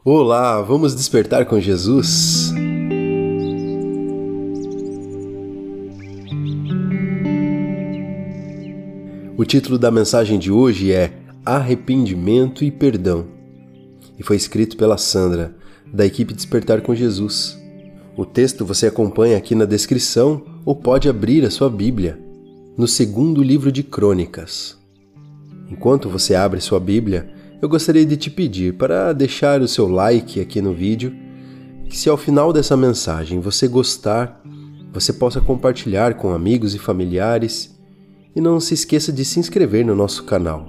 Olá, vamos despertar com Jesus? O título da mensagem de hoje é Arrependimento e Perdão e foi escrito pela Sandra, da equipe Despertar com Jesus. O texto você acompanha aqui na descrição ou pode abrir a sua Bíblia, no segundo livro de Crônicas. Enquanto você abre sua Bíblia, eu gostaria de te pedir para deixar o seu like aqui no vídeo, que se ao final dessa mensagem você gostar, você possa compartilhar com amigos e familiares e não se esqueça de se inscrever no nosso canal.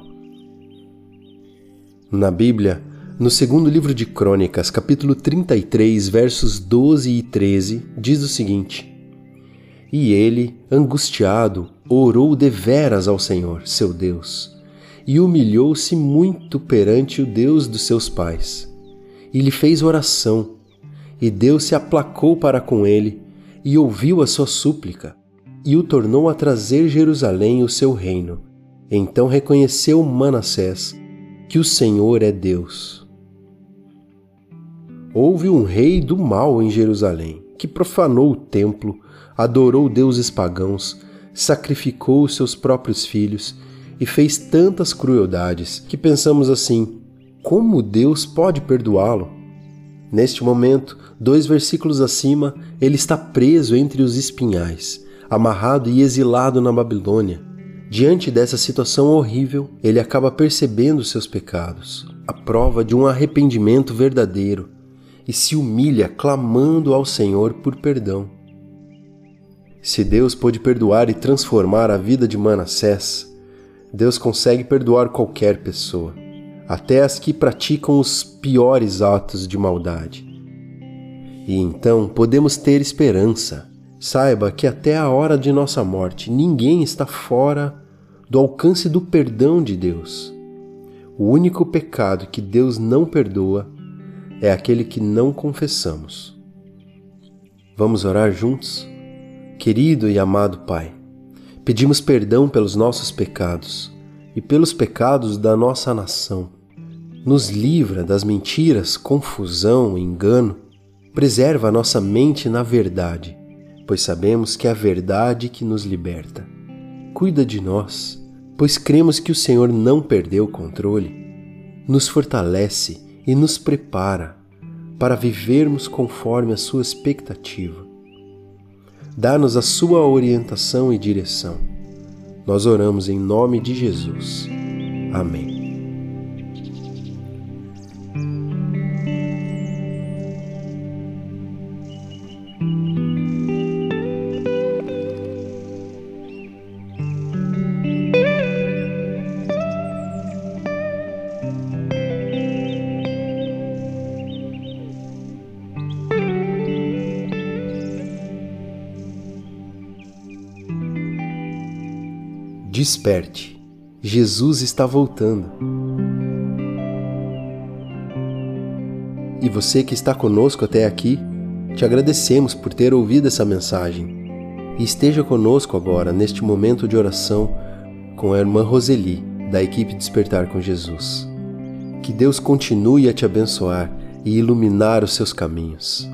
Na Bíblia, no segundo livro de Crônicas, capítulo 33, versos 12 e 13, diz o seguinte: E ele, angustiado, orou deveras ao Senhor, seu Deus, e humilhou-se muito perante o Deus dos seus pais. E lhe fez oração, e Deus se aplacou para com ele, e ouviu a sua súplica, e o tornou a trazer Jerusalém o seu reino. Então reconheceu Manassés que o Senhor é Deus. Houve um rei do mal em Jerusalém, que profanou o templo, adorou deuses pagãos, sacrificou os seus próprios filhos, e fez tantas crueldades que pensamos assim: como Deus pode perdoá-lo? Neste momento, 2 versículos acima, ele está preso entre os espinhais, amarrado e exilado na Babilônia. Diante dessa situação horrível, ele acaba percebendo seus pecados, a prova de um arrependimento verdadeiro, e se humilha clamando ao Senhor por perdão. Se Deus pôde perdoar e transformar a vida de Manassés, Deus consegue perdoar qualquer pessoa, até as que praticam os piores atos de maldade. E então podemos ter esperança. Saiba que até a hora de nossa morte, ninguém está fora do alcance do perdão de Deus. O único pecado que Deus não perdoa é aquele que não confessamos. Vamos orar juntos? Querido e amado Pai, pedimos perdão pelos nossos pecados e pelos pecados da nossa nação. Nos livra das mentiras, confusão e engano. Preserva a nossa mente na verdade, pois sabemos que é a verdade que nos liberta. Cuida de nós, pois cremos que o Senhor não perdeu o controle. Nos fortalece e nos prepara para vivermos conforme a sua expectativa. Dá-nos a sua orientação e direção. Nós oramos em nome de Jesus. Amém. Desperte, Jesus está voltando. E você que está conosco até aqui, te agradecemos por ter ouvido essa mensagem. E esteja conosco agora, neste momento de oração, com a irmã Roseli, da equipe Despertar com Jesus. Que Deus continue a te abençoar e iluminar os seus caminhos.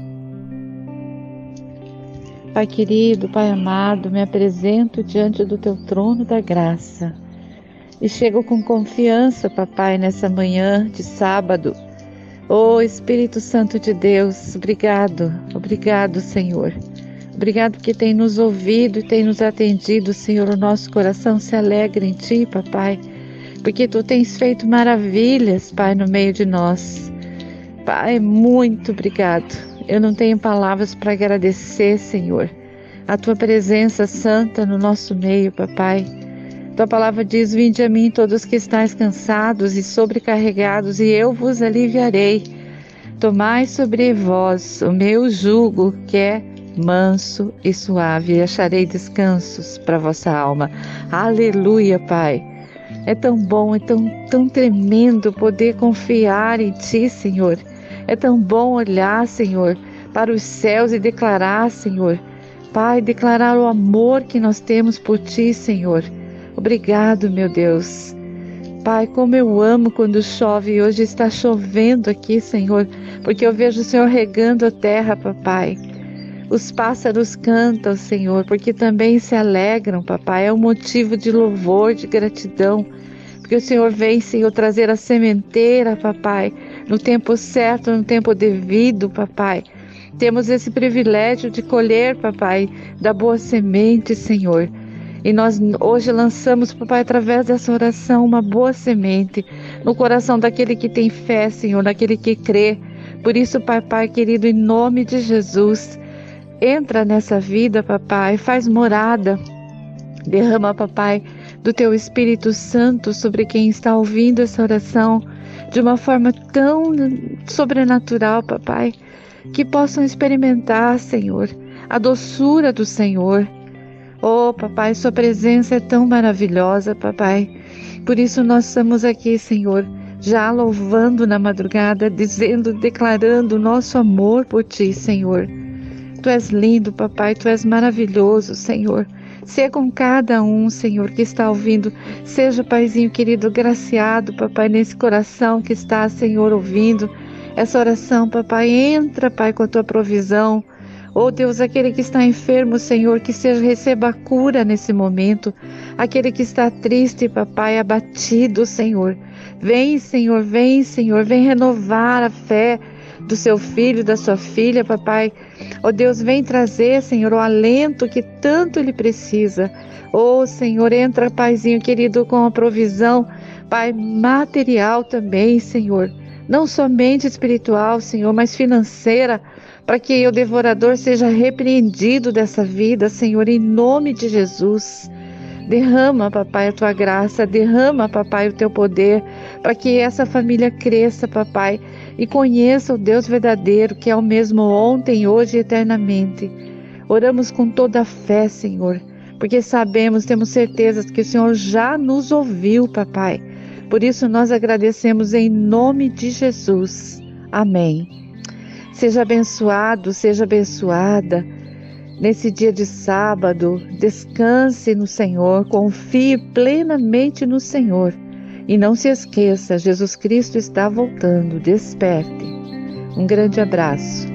Pai querido, Pai amado, me apresento diante do Teu trono da graça e chego com confiança, Papai, nessa manhã de sábado. Espírito Santo de Deus, obrigado, Senhor. Obrigado porque tem nos ouvido e tem nos atendido, Senhor. O nosso coração se alegra em Ti, Papai, porque Tu tens feito maravilhas, Pai, no meio de nós. Pai, muito obrigado. Eu não tenho palavras para agradecer, Senhor, a Tua presença santa no nosso meio, Papai. Tua palavra diz: vinde a mim todos que estáis cansados e sobrecarregados, e eu vos aliviarei. Tomai sobre vós o meu jugo, que é manso e suave, e acharei descansos para vossa alma. Aleluia, Pai. É tão bom, é tão tremendo poder confiar em Ti, Senhor. É tão bom olhar, Senhor, para os céus e declarar, Senhor, Pai, declarar o amor que nós temos por Ti, Senhor. Obrigado, meu Deus. papai, como eu amo quando chove. E hoje está chovendo aqui, Senhor, porque eu vejo o Senhor regando a terra, papai. Os pássaros cantam, Senhor, porque também se alegram, papai. É um motivo de louvor, de gratidão, porque o Senhor vem, Senhor, trazer a sementeira, papai, no tempo certo, no tempo devido, papai. Temos esse privilégio de colher, papai, da boa semente, Senhor. E nós hoje lançamos, papai, através dessa oração, uma boa semente no coração daquele que tem fé, Senhor, daquele que crê. Por isso, papai querido, em nome de Jesus, entra nessa vida, papai, faz morada. Derrama, papai, do teu Espírito Santo sobre quem está ouvindo essa oração de uma forma tão sobrenatural, papai, que possam experimentar, Senhor, a doçura do Senhor. Oh, papai, sua presença é tão maravilhosa, papai. Por isso nós estamos aqui, Senhor, já louvando na madrugada, dizendo, declarando o nosso amor por ti, Senhor. Tu és lindo, papai, tu és maravilhoso, Senhor. Seja com cada um, Senhor, que está ouvindo. Seja, paizinho querido, graciado, papai, nesse coração que está, Senhor, ouvindo essa oração, papai. Entra, pai, com a tua provisão. Oh Deus, aquele que está enfermo, Senhor, que receba a cura nesse momento. Aquele que está triste, papai, abatido, Senhor. Vem, Senhor, vem, Senhor, vem renovar a fé do seu filho, da sua filha, papai. Oh Deus, vem trazer, Senhor, o alento que tanto ele precisa. Oh Senhor, entra, paizinho querido, com a provisão, pai, material também, Senhor. Não somente espiritual, Senhor, mas financeira, para que o devorador seja repreendido dessa vida, Senhor, em nome de Jesus. Derrama, papai, a tua graça, derrama, papai, o teu poder, para que essa família cresça, papai, e conheça o Deus verdadeiro, que é o mesmo ontem, hoje e eternamente. Oramos com toda a fé, Senhor, porque sabemos, temos certeza que o Senhor já nos ouviu, papai. Por isso nós agradecemos em nome de Jesus. Amém. Seja abençoado, seja abençoada. Nesse dia de sábado, descanse no Senhor, confie plenamente no Senhor. E não se esqueça, Jesus Cristo está voltando, desperte. Um grande abraço.